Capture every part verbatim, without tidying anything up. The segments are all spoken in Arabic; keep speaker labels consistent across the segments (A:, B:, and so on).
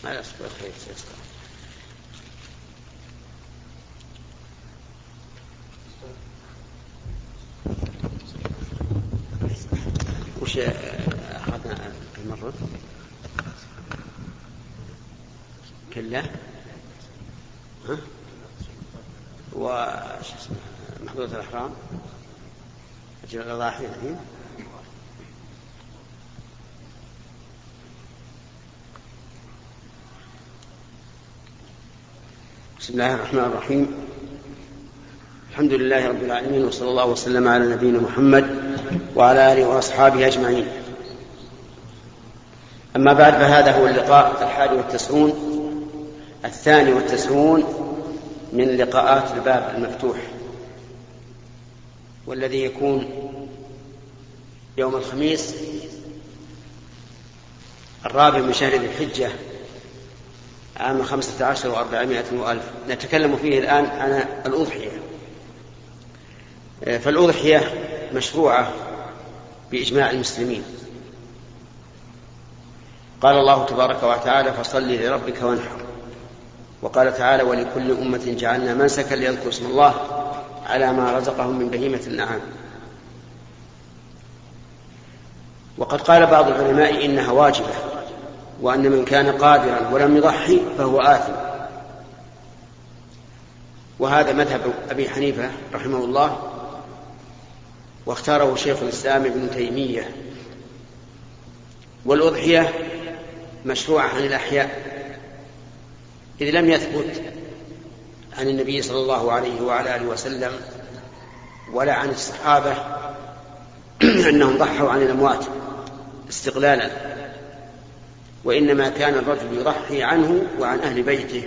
A: ما يصبر خير سيصبر. وش أخذنا المرة كله ها وش اسمه محظورة الأحرام أجل الأضاحي الحين. بسم الله الرحمن الرحيم. الحمد لله رب العالمين، وصلى الله وسلم على نبينا محمد وعلى آله وأصحابه أجمعين. أما بعد، فهذا هو اللقاء الحادي والتسعون الثاني والتسعون من لقاءات الباب المفتوح، والذي يكون يوم الخميس الرابع من شهر ذي الحجة عام خمسة عشر وأربعمائة وألف. نتكلم فيه الآن عن الأضحية. فالأضحية مشروعة بإجماع المسلمين. قال الله تبارك وتعالى: فصل لربك وانحر. وقال تعالى: ولكل أمة جعلنا منسكا ليذكروا اسم الله على ما رزقهم من بهيمة الأنعام. وقد قال بعض العلماء إنها واجبة، وأن من كان قادرا ولم يضحي فهو آثم. وهذا مذهب أبي حنيفة رحمه الله، واختاره شيخ الإسلام ابن تيمية. والأضحية مشروعة عن الأحياء، إذ لم يثبت عن النبي صلى الله عليه وعلى آله وسلم ولا عن الصحابة أنهم ضحوا عن الأموات استقلالا، وإنما كان الرجل يضحي عنه وعن أهل بيته،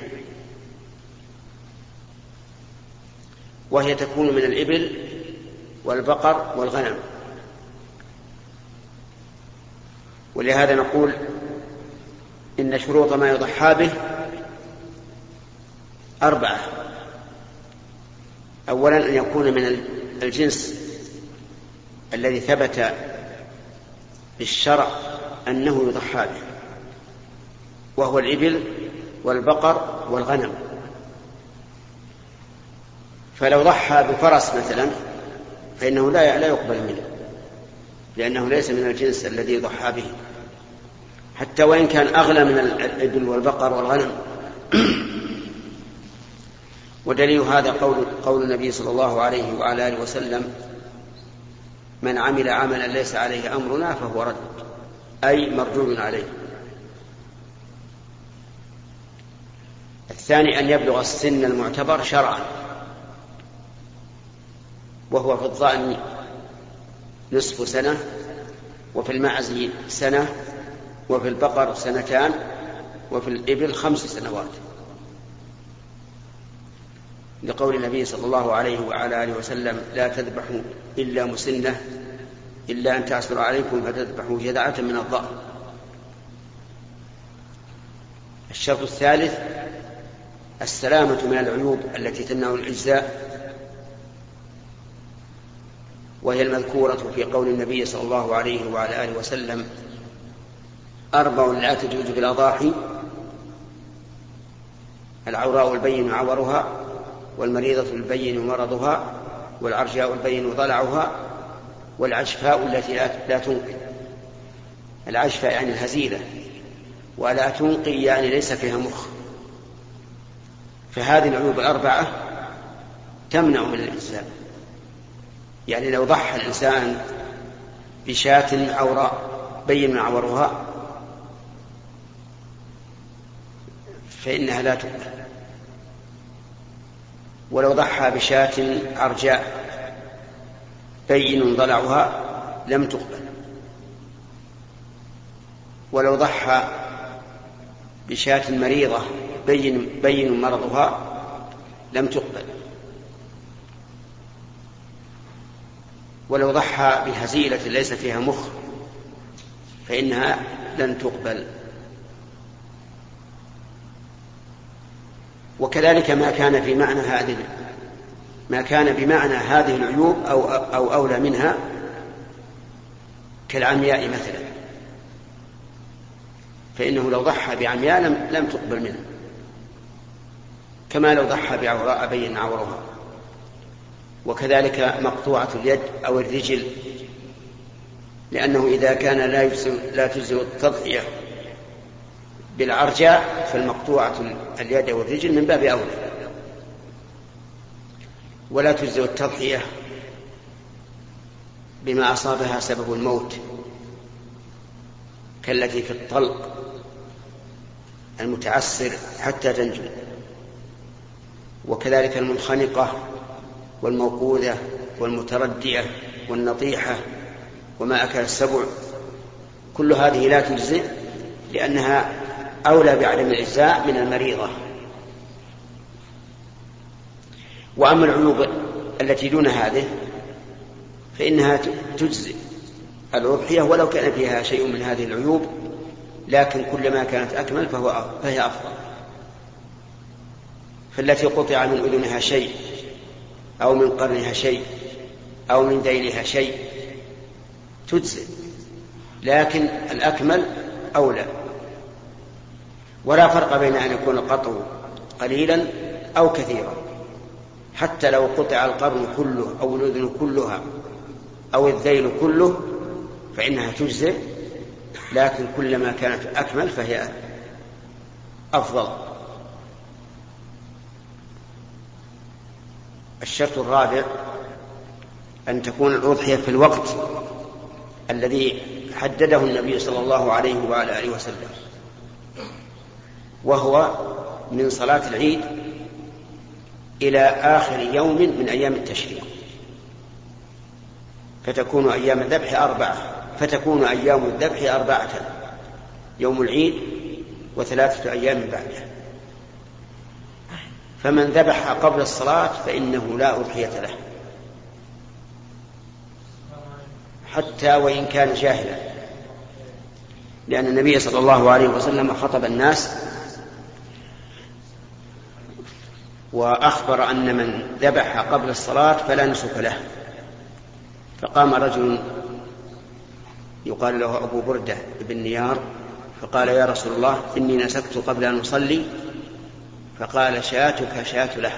A: وهي تكون من الإبل والبقر والغنم. ولهذا نقول إن شروط ما يضحى به أربعة. أولا، أن يكون من الجنس الذي ثبت بالشرع أنه يضحى به، وهو الإبل والبقر والغنم. فلو ضحى بفرس مثلا فإنه لا لا يقبل منه، لأنه ليس من الجنس الذي يضحى به، حتى وإن كان أغلى من الإبل والبقر والغنم. ودليل هذا قول, قول النبي صلى الله عليه وعلى آله وسلم: من عمل عملا ليس عليه أمرنا فهو رد، أي مردود عليه. الثاني، أن يبلغ السن المعتبر شرعا، وهو في الضأن نصف سنة، وفي المعز سنة، وفي البقر سنتان، وفي الإبل خمس سنوات، لقول النبي صلى الله عليه وعلى آله وسلم: لا تذبحوا إلا مسنة إلا أن تعسر عليكم فتذبحوا جذعة من الضأن. الشرط الثالث السلامة من العيوب التي تمنع الإجزاء، وهي المذكورة في قول النبي صلى الله عليه وعلى آله وسلم: أربع لا تجوز بالأضاحي: العوراء البين عورها، والمريضة البين مرضها، والعرجاء البين ضلعها، والعجفاء التي لا تنقي. العجفاء يعني الهزيلة، ولا تنقي يعني ليس فيها مخ. فهذه العيوب الأربعة تمنع من الإجزاء. يعني لو ضحى الإنسان بشاة عوراء بين عورها فإنها لا تقبل، ولو ضحى بشاة عرجاء بين ضلعها لم تقبل، ولو ضحى بشاة مريضة بين, بين مرضها لم تقبل، ولو ضحى بهزيلة ليس فيها مخ فإنها لن تقبل. وكذلك ما كان في معنى هذه ما كان بمعنى هذه العيوب أو, أو أولى منها، كالعمياء مثلا، فإنه لو ضحى بعمياء لم, لم تقبل منه، كما لو ضحى بعوراء بين عورها. وكذلك مقطوعة اليد أو الرجل، لأنه إذا كان لا يجزئ لا تجزئ التضحية بالعرجاء فالمقطوعة اليد أو الرجل من باب أولى. ولا تجزئ التضحية بما أصابها سبب الموت كالتي في الطلق المتعسر حتى تنجو، وكذلك المنخنقة والموقوذة والمتردية والنطيحة وما أكل السبع، كل هذه لا تجزئ لأنها أولى بعدم الإجزاء من المريضة. وأما العيوب التي دون هذه فإنها تجزئ الأضحية ولو كان فيها شيء من هذه العيوب، لكن كلما كانت أكمل فهو فهي أفضل. فالتي قطع من أذنها شيء أو من قرنها شيء أو من ذيلها شيء تجزئ، لكن الأكمل أولى. ولا فرق بين أن يكون القطع قليلا أو كثيرا، حتى لو قطع القرن كله أو الأذن كلها أو الذيل كله فإنها تجزئ، لكن كلما كانت أكمل فهي أفضل. الشرط الرابع أن تكون الأضحية في الوقت الذي حدده النبي صلى الله عليه وعلى آله وسلم، وهو من صلاة العيد إلى آخر يوم من أيام التشريق، فتكون أيام الذبح أربعة فتكون أيام الذبح أربعة: يوم العيد وثلاثة أيام بعده. فمن ذبح قبل الصلاة فإنه لا أضحية له، حتى وإن كان جاهلا، لأن النبي صلى الله عليه وسلم خطب الناس وأخبر أن من ذبح قبل الصلاة فلا نسك له. فقام رجل يقال له أبو بردة بن نيار فقال: يا رسول الله، إني نسكت قبل أن أصلي. فقال: شاتك شات له.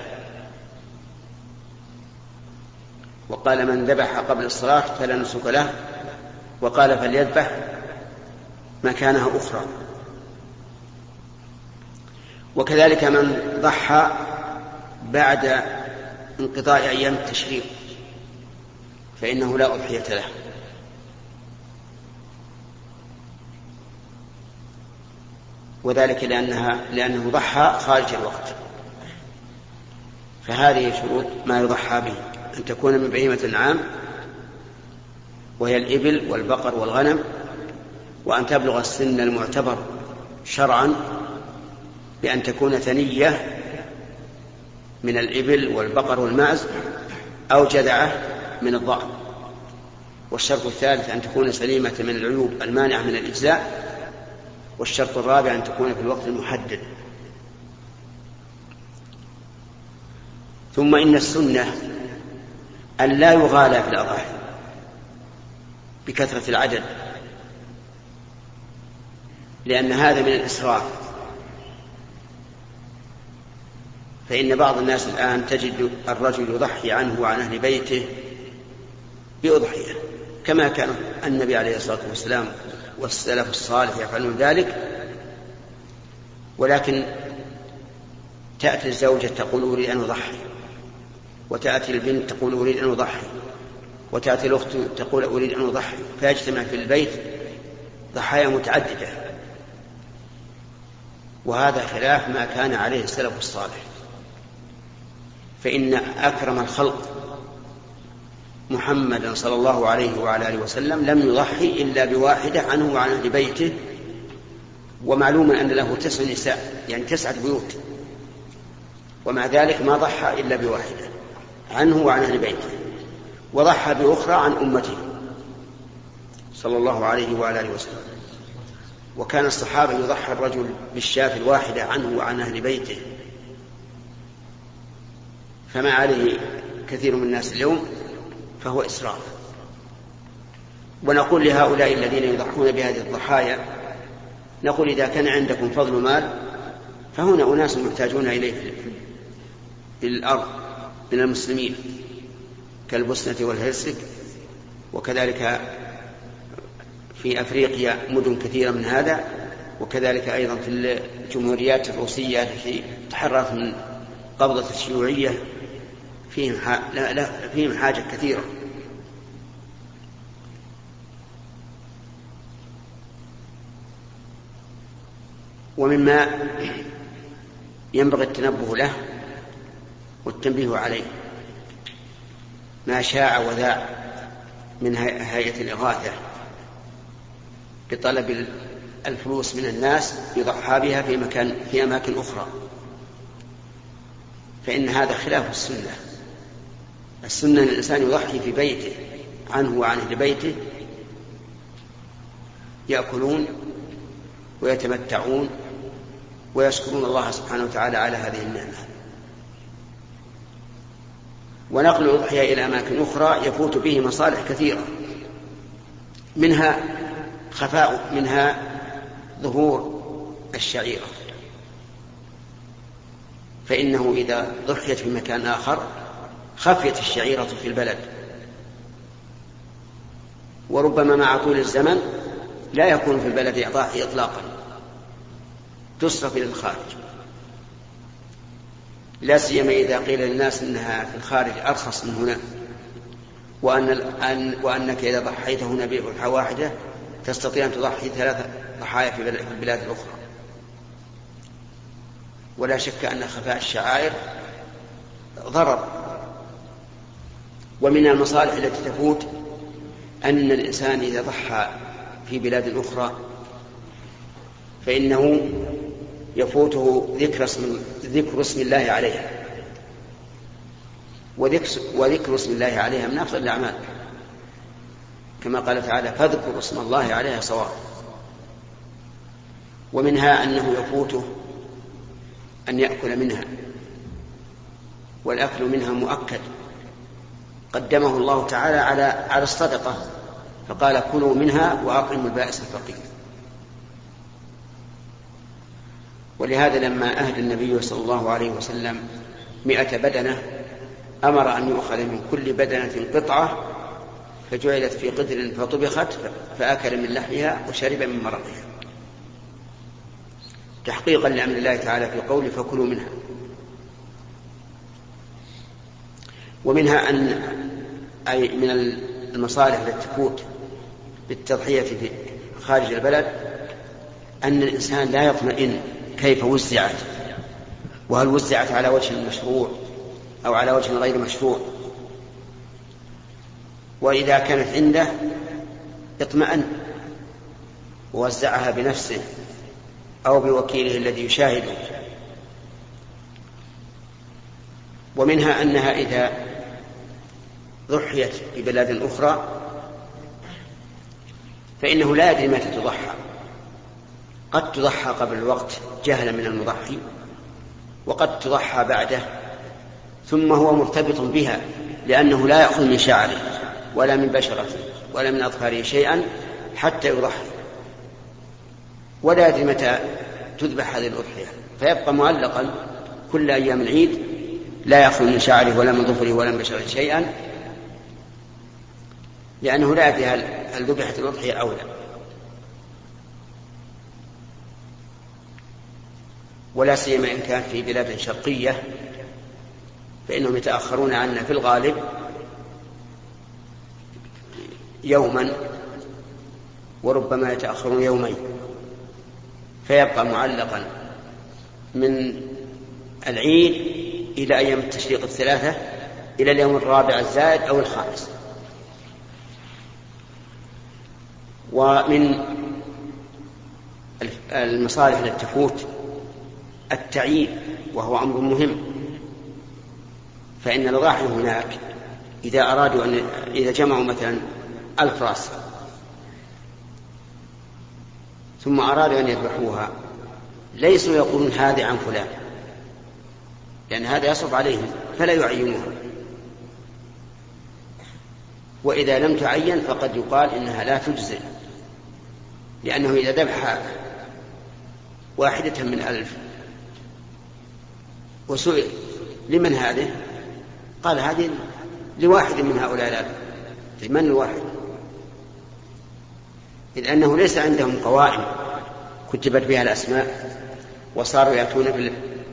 A: وقال: من ذبح قبل الصلاة فلا نسك له. وقال: فليذبح مكانها أخرى. وكذلك من ضحى بعد انقضاء أيام التشريق فإنه لا أضحية له. وذلك لأنها لأنه ضحى خارج الوقت. فهذه شروط ما يضحى به: أن تكون من بهيمة الأنعام وهي الإبل والبقر والغنم، وأن تبلغ السن المعتبر شرعا بأن تكون ثنية من الإبل والبقر والماعز أو جذعة من الضأن. والشرط الثالث أن تكون سليمة من العيوب المانعة من الإجزاء. والشرط الرابع أن تكون في الوقت المحدد. ثم إن السنة أن لا يغالى في الأضاحي بكثرة العدد، لأن هذا من الإسراف. فإن بعض الناس الآن تجد الرجل يضحي عنه وعن أهل بيته بأضحية، كما كان النبي عليه الصلاة والسلام والسلف الصالح يفعلون ذلك. ولكن تأتي الزوجة تقول: أريد أن أضحي، وتأتي البنت تقول: أريد أن أضحي، وتأتي الأخت تقول: أريد أن أضحي، فيجتمع في البيت ضحايا متعددة. وهذا خلاف ما كان عليه السلف الصالح. فإن أكرم الخلق محمد صلى الله عليه وعلى آله وسلم لم يضحي إلا بواحدة عنه وعن أهل بيته. ومعلوم أن له تسع نساء، يعني تسعة بيوت، ومع ذلك ما ضحى إلا بواحدة عنه وعن أهل بيته، وضحى بأخرى عن أمته صلى الله عليه وعلى آله وسلم. وكان الصحابة يضحى الرجل بالشاة الواحدة عنه وعن أهل بيته، فما عليه كثير من الناس اليوم فهو إسراف. ونقول لهؤلاء الذين يضحون بهذه الضحايا: نقول إذا كان عندكم فضل مال فهنا أناس محتاجون إليه في الأرض من المسلمين كالبوسنة والهرسك، وكذلك في أفريقيا مدن كثيرة من هذا، وكذلك أيضا في الجمهوريات الروسية التي تحررت من قبضة الشيوعية فيهم, لا لا فيهم حاجة كثيرة. ومما ينبغي التنبه له والتنبيه عليه ما شاع وذاع من هيئة الإغاثة بطلب الفلوس من الناس يضحى بها في مكان في أماكن أخرى، فإن هذا خلاف السنة. السنة أن الإنسان يضحي في بيته عنه وعن أهل بيته يأكلون ويتمتعون ويشكرون الله سبحانه وتعالى على هذه النعمة. ونقل الأضحية إلى أماكن أخرى يفوت به مصالح كثيرة، منها خفاء منها ظهور الشعيرة، فإنه إذا ضحيت في مكان آخر خفيت الشعيرة في البلد، وربما مع طول الزمن لا يكون في البلد إضاحي إطلاقا، تصرف إلى الخارج، لا سيما إذا قيل للناس أنها في الخارج أرخص من هنا، وأن وأنك إذا ضحيت هنا بأضحى واحدة تستطيع أن تضحي ثلاثة ضحايا في البلاد الأخرى. ولا شك أن خفاء الشعائر ضرر. ومن المصالح التي تفوت أن الإنسان إذا ضحى في بلاد أخرى فإنه يفوته ذكر اسم, ذكر اسم الله عليها، وذكر, وذكر اسم الله عليها من أفضل الأعمال، كما قال تعالى فاذكر اسم الله عليها صواب. ومنها أنه يفوته أن يأكل منها، والأكل منها مؤكد، قدمه الله تعالى على على الصدقة، فقال كلوا منها وأطعموا البائس الفقير. ولهذا لما أهدى النبي صلى الله عليه وسلم مئة بدنة أمر أن يؤخذ من كل بدنة قطعة فجعلت في قدر فطبخت فأكل من لحمها وشرب من مرقها، تحقيقا لأمر الله تعالى في قوله فكلوا منها. ومنها أن أي من المصالح التي تفوت بالتضحية في خارج البلد أن الإنسان لا يطمئن كيف وزعت، وهل وزعت على وجه مشروع أو على وجه غير مشروع. وإذا كانت عنده اطمأن ووزعها بنفسه أو بوكيله الذي يشاهده. ومنها أنها إذا ضحيت في بلاد أخرى فإنه لا يدري متى تضحى، قد تضحى قبل الوقت جهلا من المضحي، وقد تضحى بعده ثم هو مرتبط بها لأنه لا يأخذ من شعره ولا من بشرته ولا من أظفاره شيئا حتى يضحي، ولا يدري متى تذبح هذه الأضحية، فيبقى معلقا كل أيام العيد لا يأخذ من شعره ولا من ظفره ولا من بشرته شيئا، لأنه لا يدري هل ذبحت الأضحية أو لا. ولا سيما إن كان في بلاد شرقية فإنهم يتأخرون عنا في الغالب يوما وربما يتأخرون يومين، فيبقى معلقا من العيد إلى أيام التشريق الثلاثة إلى اليوم الرابع الزائد أو الخامس. ومن المصالح التي تفوت التعيين، وهو أمر مهم، فإن الأضاحي هناك إذا أرادوا أن إذا جمعوا مثلا ألف رأس ثم أرادوا أن يذبحوها ليسوا يقولون هذه عن فلان، لأن هذا يصعب عليهم فلا يعينوها، وإذا لم تعين فقد يقال إنها لا تجزئ، لأنه إذا ذبح واحدة من ألف، وسئل لمن هذه؟ قال هذه لواحد من هؤلاء الألف. لمن الواحد؟ إذ أنه ليس عندهم قوائم كتبت بها الأسماء وصاروا يأتون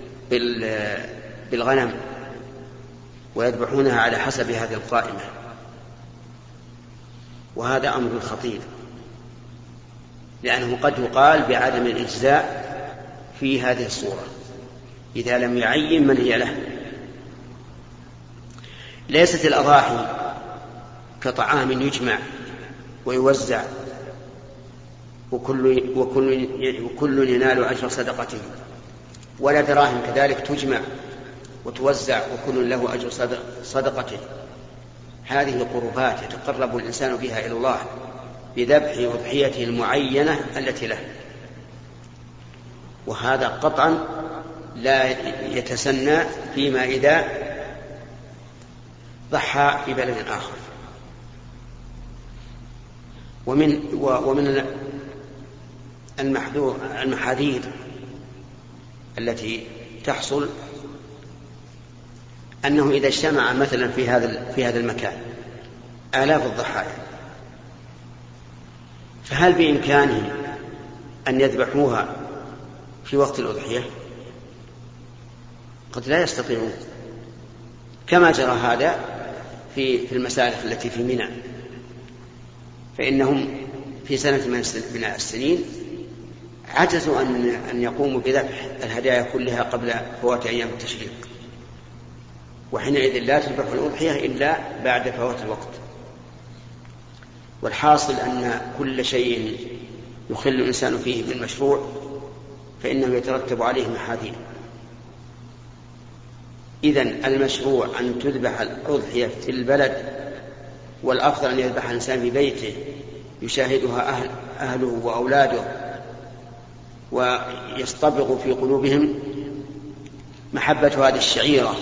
A: بالغنم ويذبحونها على حسب هذه القائمة، وهذا أمر خطير، لأنه قد يقال بعدم الإجزاء في هذه الصورة إذا لم يعين من هي له. ليست الأضاحي كطعام يجمع ويوزع وكل, وكل, وكل ينال أجر صدقته، ولا دراهم كذلك تجمع وتوزع وكل له أجر صدقته. هذه قربات يتقرب الإنسان بها إلى الله بذبح أضحيته المعينة التي له، وهذا قطعا لا يتسنى فيما إذا ضحى في بلد آخر. ومن ومن المحذور المحاذير التي تحصل أنه إذا اجتمع مثلا في هذا في هذا المكان آلاف الضحايا، فهل بإمكانهم أن يذبحوها في وقت الأضحية؟ قد لا يستطيعون، كما جرى هذا في في المسالخ التي في منى، فإنهم في سنة من السنين عجزوا أن أن يقوموا بذبح الهدايا كلها قبل فوات أيام التشريق، وحينئذ لا تذبح الأضحية إلا بعد فوات الوقت. والحاصل أن كل شيء يخل الإنسان فيه بالمشروع فإنه يترتب عليه محاذير. إذن المشروع أن تذبح الأضحية في البلد، والأفضل أن يذبح الإنسان في بيته يشاهدها أهل أهله وأولاده ويصطبغ في قلوبهم محبة هذه الشعيرة.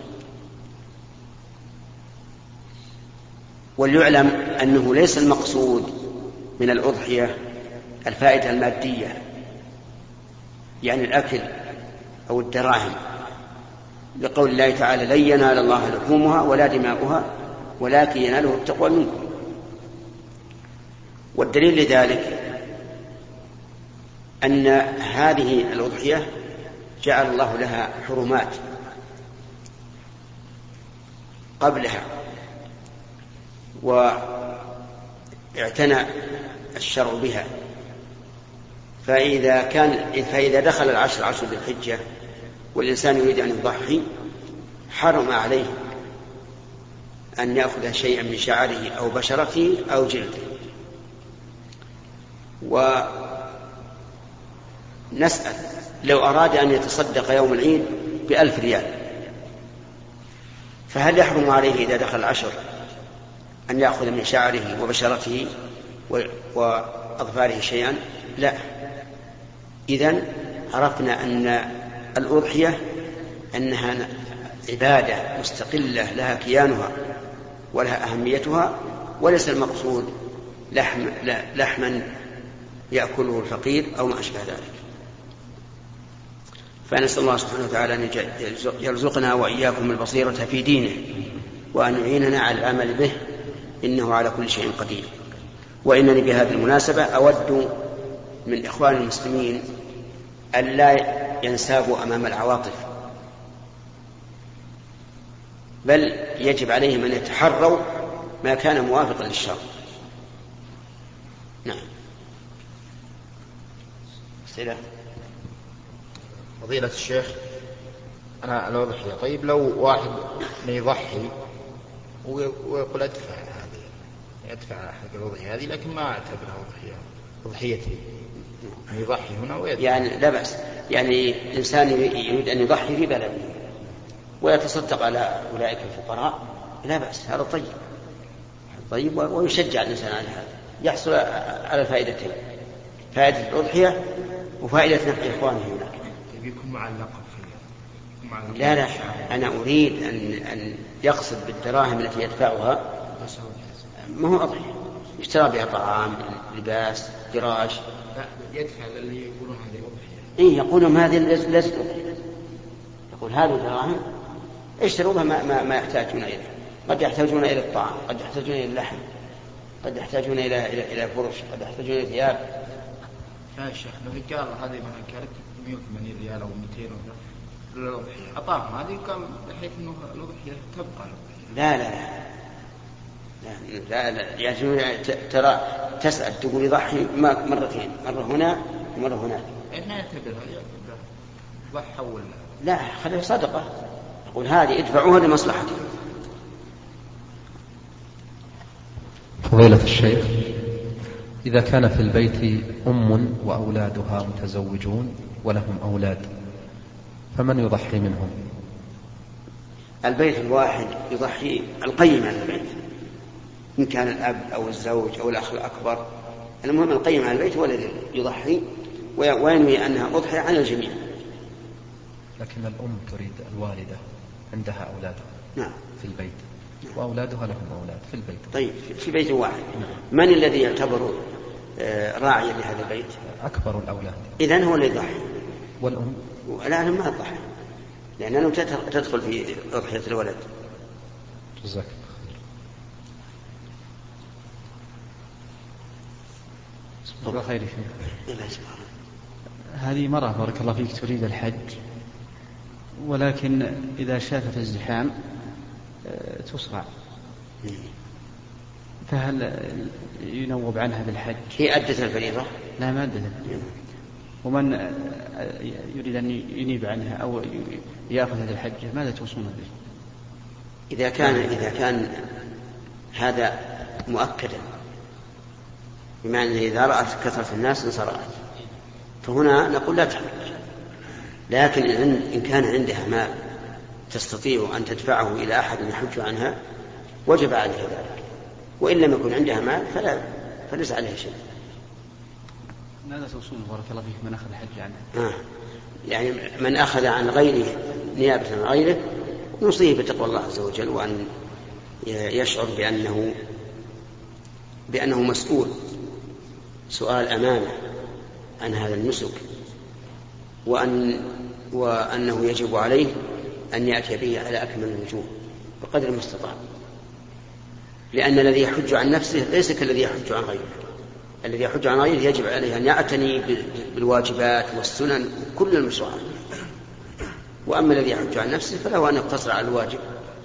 A: وليعلم أنه ليس المقصود من الأضحية الفائدة المادية، يعني الأكل أو الدراهم، لقول الله تعالى لن ينال الله لحومها ولا دماؤها ولكن يناله التقوى منكم. والدليل لذلك أن هذه الأضحية جعل الله لها حرمات قبلها، واعتنى الشرع بها. فإذا كان فإذا دخل العشر عشر ذي الحجة والإنسان يريد أن يضحي حرم عليه أن يأخذ شيئا من شعره أو بشرته أو جلده. ونسأل لو أراد أن يتصدق يوم العيد بألف ريال، فهل يحرم عليه إذا دخل العشر أن يأخذ من شعره وبشرته وأظفاره شيئا؟ لا. إذن عرفنا أن الأضحية أنها عبادة مستقلة لها كيانها ولها أهميتها، وليس المقصود لحم لحما يأكله الفقير أو ما أشبه ذلك. فنسأل الله سبحانه وتعالى أن يرزقنا وإياكم البصيرة في دينه وأن يعيننا على العمل به، إنه على كل شيء قدير. وإنني بهذه المناسبة أود من إخوان المسلمين أن لا ينسابوا أمام العواطف، بل يجب عليهم أن يتحروا ما كان موافقا للشرع. نعم. سلام.
B: فضيلة الشيخ، أنا أنا أضحي. طيب لو واحد يضحي ويقول أدفع هذه يدفع حق الأضحية هذه لكن ما أعتبرها أضحية أضحيتي، يضحي هنا ويدفع.
A: يعني لا بأس، يعني إنسان يريد أن يضحي في بلده ويتصدق على أولئك الفقراء، لا بأس، هذا طيب طيب ويشجع الإنسان على هذا، يحصل على الفائدتين، فائدة الأضحية وفائدة نفع إخوانه هناك.
B: يكون معلقا فيه.
A: لا لا، أنا أريد أن أن يقصد بالدراهم التي يدفعها ما هو أضحية، يشترى بها طعام، لباس، فراش،
B: يدفع اللي يقولون هذه أضحية.
A: إيه يقولون هذه ليست أضحية. يقول هذه الدراهم اشتروها ما, ما, ما يحتاجون إليه. قد يحتاجون إلى الطعام، قد يحتاجون إلى اللحم، قد يحتاجون إلى إلى إلى فرش، قد يحتاجون إلى ثياب.
B: يا شيخ لو قال هذه مثلا كانت مئة وثمانين ريال أو مئتين للأضحية أعطاهم هذه كان بحيث إنه الأضحية تبقى.
A: لا لا لا لا لا يعني ترى تسأل تقول يضحي مرتين، مرة هنا ومرة هناك.
B: ما يعتبرها ضحى ولا
A: لا خليها صدقة. يقول هذه ادفعوها لمصلحتي.
C: فضيلة الشيخ، إذا كان في البيت أم وأولادها متزوجون ولهم أولاد فمن يضحي منهم؟
A: البيت الواحد يضحي القيم على البيت، إن كان الأب أو الزوج أو الأخ الأكبر. المهم القيم على البيت هو الذي يضحي وينوي أنها أضحي عن الجميع.
C: لكن الأم تريد الوالدة عندها أولادها
A: نعم
C: في البيت وأولادها لهم أولاد في البيت.
A: طيب في بيت واحد من الذي يعتبر راعيا لهذا البيت؟
C: أكبر الأولاد.
A: إذن هو اللي يضحي.
C: والأم؟
A: لا أنا ما أضحي لأنه تدخل في أضحية الولد.
C: جزاك
D: الله خير. هذه مرة بارك الله فيك تريد الحج، ولكن إذا شافت الزحام تسرع، فهل ينوب عنها بالحج؟
A: هي أدت الفريضة؟
D: لا ما أدت. ومن يريد أن ينيب عنها أو يأخذ هذه الحجة ماذا توصون به؟
A: إذا كان إذا كان هذا مؤكدا، بمعنى إذا رأت كثرة الناس انصرعت، فهنا نقول لا تحج. لكن إن كان عندها مال تستطيع أن تدفعه إلى أحد يحج عنها وجب عليها ذلك، وإن لم يكن عندها مال فلا فليس عليها شيء.
D: ماذا توصون بارك الله فيك من أخذ الحج عنها؟
A: آه. يعني من أخذ عن غيره نيابة عن غيره نصيه بتقوى الله عز وجل، وأن يشعر بأنه بأنه مسؤول سؤال أمانة عن هذا النسك، وأن وأنه يجب عليه أن يأتي به على أكمل الوجوه بقدر المستطاع، لأن الذي يحج عن نفسه ليس كالذي يحج عن غيره. الذي يحج عن غيره يجب عليه أن يعتني بالواجبات والسنن كل المشروعات، وأما الذي يحج عن نفسه فله أن يقتصر على الواجب.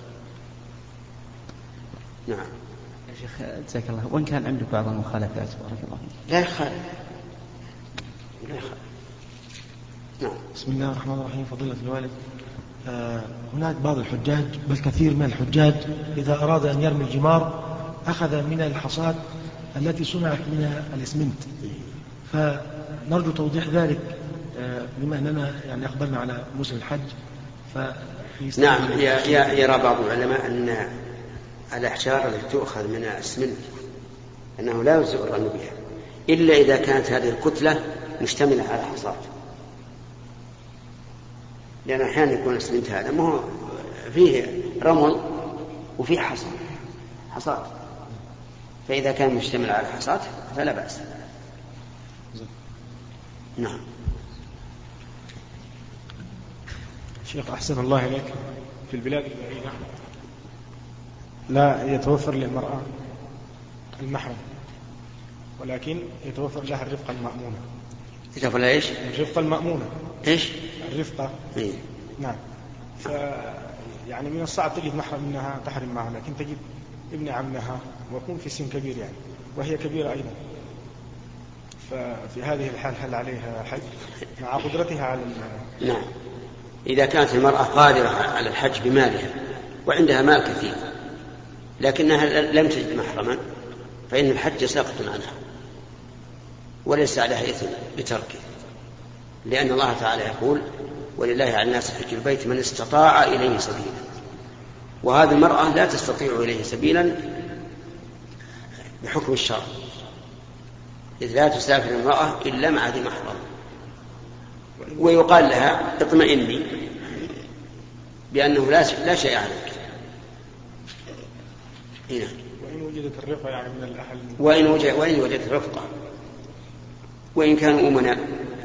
A: نعم
D: يا شيخ جزاك الله. وإن كان عندك بعض المخالفات بارك الله فيك؟
A: لا يخالف لا يخالف.
E: نعم. بسم الله الرحمن الرحيم. فضيلة الوالد، آه هناك بعض الحجاج بل كثير من الحجاج إذا أراد أن يرمي الجمار أخذ من الحصاد التي صنعت من الإسمنت، فنرجو توضيح ذلك آه بما أننا يعني أقبلنا على موسم الحج.
A: نعم يرى بعض العلماء أن الأحجار التي تؤخذ من الإسمنت أنه لا يجوز الرمي بها إلا إذا كانت هذه الكتلة مشتملة على حصاد، لأن أحيانا يكون الإسمنت هذا ما هو فيه رمل وفيه حصاد حصاد فإذا كان مشتمل على حصاد فلا بأس. نعم.
E: شيخ أحسن الله إليك، في البلاد البعيدة لا يتوفر للمرأة المحرم، ولكن يتوفر لها الرفقة المأمونة.
A: يتوفر لها إيش؟
E: الرفقة المأمونة.
A: إيش؟
E: الرفقة.
A: إيه؟
E: نعم. ف يعني من الصعب تجد محرم منها تحرم معها، لكن تجد ابن عمها ويكون في سن كبير يعني وهي كبيرة أيضا، ففي هذه الحال هل عليها حج مع قدرتها على
A: ال... نعم. إذا كانت المرأة قادرة على الحج بمالها وعندها مال كثير لكنها لم تجد محرما فإن الحج ساقط عنها وليس عليها إثم بتركه، لأن الله تعالى يقول ولله على الناس حج البيت من استطاع إليه سبيلا، وهذه المرأة لا تستطيع إليه سبيلا بحكم الشرع، إذ لا تسافر المرأة إلا مع ذي محرم، ويقال لها اطمئني بأنه لا شيء عليك.
E: هنا. وإن وجدت الرفقة يعني من الأهل
A: وإن وجدت وإن وجدت الرفقة وإن كانوا أمناء.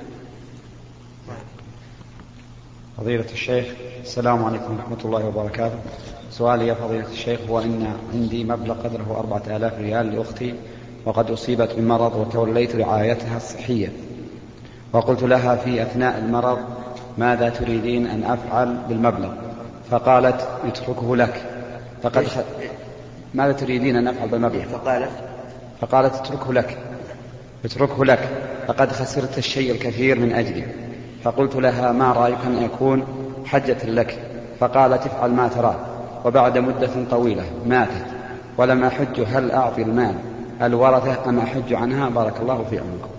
F: فضيلة الشيخ، السلام عليكم ورحمة الله وبركاته. سؤالي يا فضيلة الشيخ هو إن عندي مبلغ قدره أربعة آلاف ريال لأختي، وقد أصيبت بمرض وتوليت رعايتها الصحية، وقلت لها في أثناء المرض ماذا تريدين أن أفعل بالمبلغ؟ فقالت اتركه لك. فقد خ... ماذا تريدين أن أفعل بالمبلغ؟
A: فقالت
F: فقالت اتركه لك اتركه لك فقد خسرت الشيء الكثير من أجلي. فقلت لها ما رأيك أن يكون حجة لك؟ فقالت افعل ما تراه. وبعد مدة طويلة ماتت ولم أحج، هل أعطي المال الورثة أم أحج عنها؟ بارك الله في عمركم.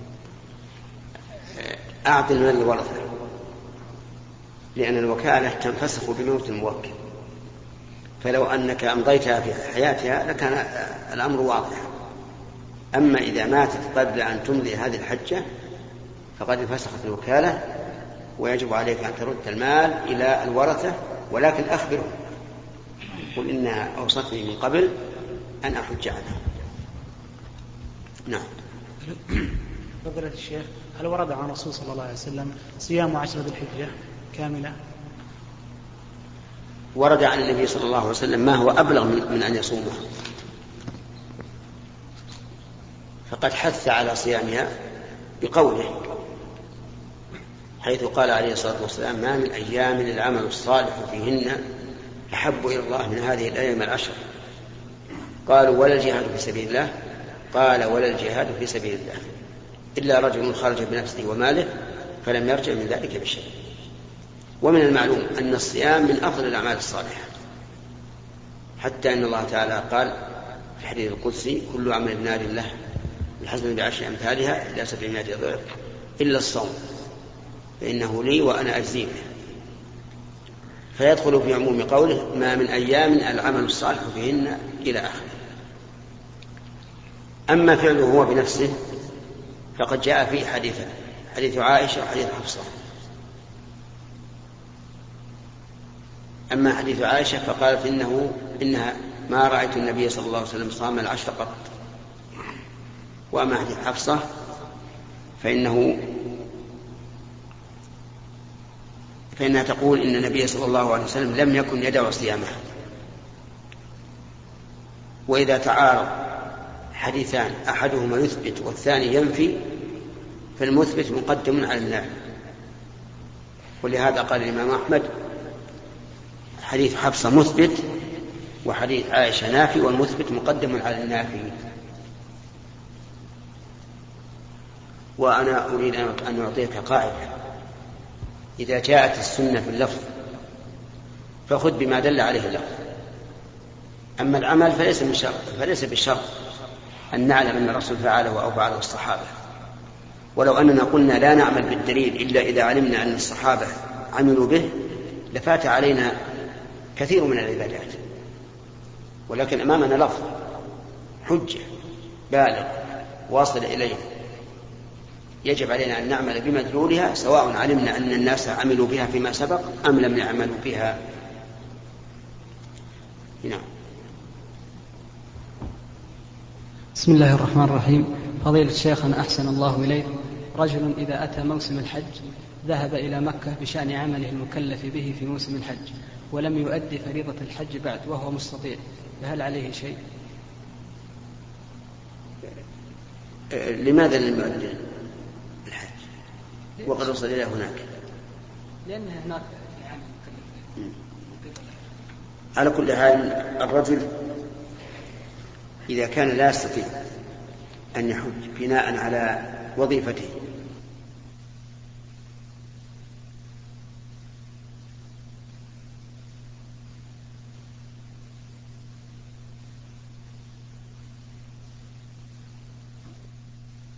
A: أعطي المال الورثة، لأن الوكالة تنفسخ بموت الموكل، فلو أنك أمضيتها في حياتها لكان الأمر واضح. أما إذا ماتت قبل أن تمضي هذه الحجة فقد انفسخت الوكالة، ويجب عليك أن ترد المال إلى الورثة، ولكن أخبرهم قل إنها أوصتني من قبل أن أحج عنها. نعم.
G: فضيلة الشيخ، هل ورد عن الرسول صلى الله عليه وسلم صيام عشرة ذي الحجة كاملة؟
A: ورد عن النبي صلى الله عليه وسلم ما هو أبلغ من أن يصومها، فقد حث على صيامها بقوله، حيث قال عليه الصلاة والسلام ما من أيام العمل الصالح فيهن أحب إلى الله من هذه الأيام العشر. قالوا ولا الجهاد في سبيل الله؟ قال ولا الجهاد في سبيل الله إلا رجل خرج بنفسه وماله فلم يرجع من ذلك بشيء. ومن المعلوم أن الصيام من أفضل الأعمال الصالحة، حتى أن الله تعالى قال في الحديث القدسي كل عمل ابن آدم له الحسنة بعشر أمثالها إلى سبعمائة ضعف إلا الصوم فإنه لي وأنا أجزي به، فيدخل في عموم قوله ما من أيام العمل الصالح فيهن إلى آخره. أما فعله هو بنفسه فقد جاء فيه حديثا، حديث عائشة وحديث حفصة. أما حديث عائشة فقالت إنه إنها ما رأيت النبي صلى الله عليه وسلم صام العشر قط. وأما حديث حفصة فإنه فإنها تقول إن النبي صلى الله عليه وسلم لم يكن يدع صيامها. وإذا تعارض حديثان أحدهما يثبت والثاني ينفي فالمثبت مقدم على النافي، ولهذا قال الإمام أحمد حديث حفصة مثبت وحديث عائشة نافي، والمثبت مقدم على النافي. وأنا أريد أن أعطيك قاعدة، إذا جاءت السنة في اللفظ فخذ بما دل عليه اللفظ، أما العمل فليس من شرط فليس بالشرط أن نعلم أن الرسول فعله أو فعله الصحابة. ولو أننا قلنا لا نعمل بالدليل إلا إذا علمنا أن الصحابة عملوا به لفات علينا كثير من العبادات، ولكن أمامنا لفظ حجة بالغ واصل إليه، يجب علينا أن نعمل بمدلولها سواء علمنا أن الناس عملوا بها فيما سبق أم لم يعملوا بها. نعم.
H: بسم الله الرحمن الرحيم. فضيلة الشيخنا أحسن الله إليك، رجل إذا أتى موسم الحج ذهب إلى مكة بشأن عمله المكلف به في موسم الحج ولم يؤدي فريضة الحج بعد وهو مستطيع، فهل عليه شيء؟
A: لماذا لم يؤدي الحج وقد وصل إلى هناك؟
H: لأن هناك
A: على كل حال الرجل إذا كان لا يستطيع أن يحج بناء على وظيفته